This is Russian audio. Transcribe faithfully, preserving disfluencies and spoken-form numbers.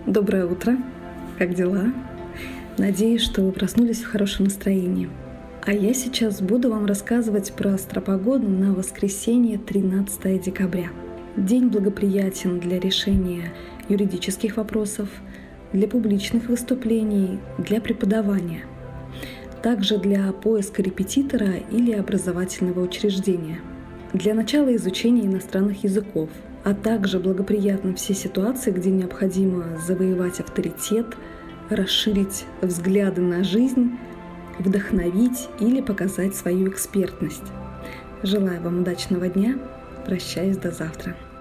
Доброе утро! Как дела? Надеюсь, что вы проснулись в хорошем настроении. А я сейчас буду вам рассказывать про астропогоду на воскресенье, тринадцатое декабря. День благоприятен для решения юридических вопросов, для публичных выступлений, для преподавания, также для поиска репетитора или образовательного учреждения, для начала изучения иностранных языков, а также благоприятны все ситуации, где необходимо завоевать авторитет, расширить взгляды на жизнь, вдохновить или показать свою экспертность. Желаю вам удачного дня. Прощаюсь до завтра.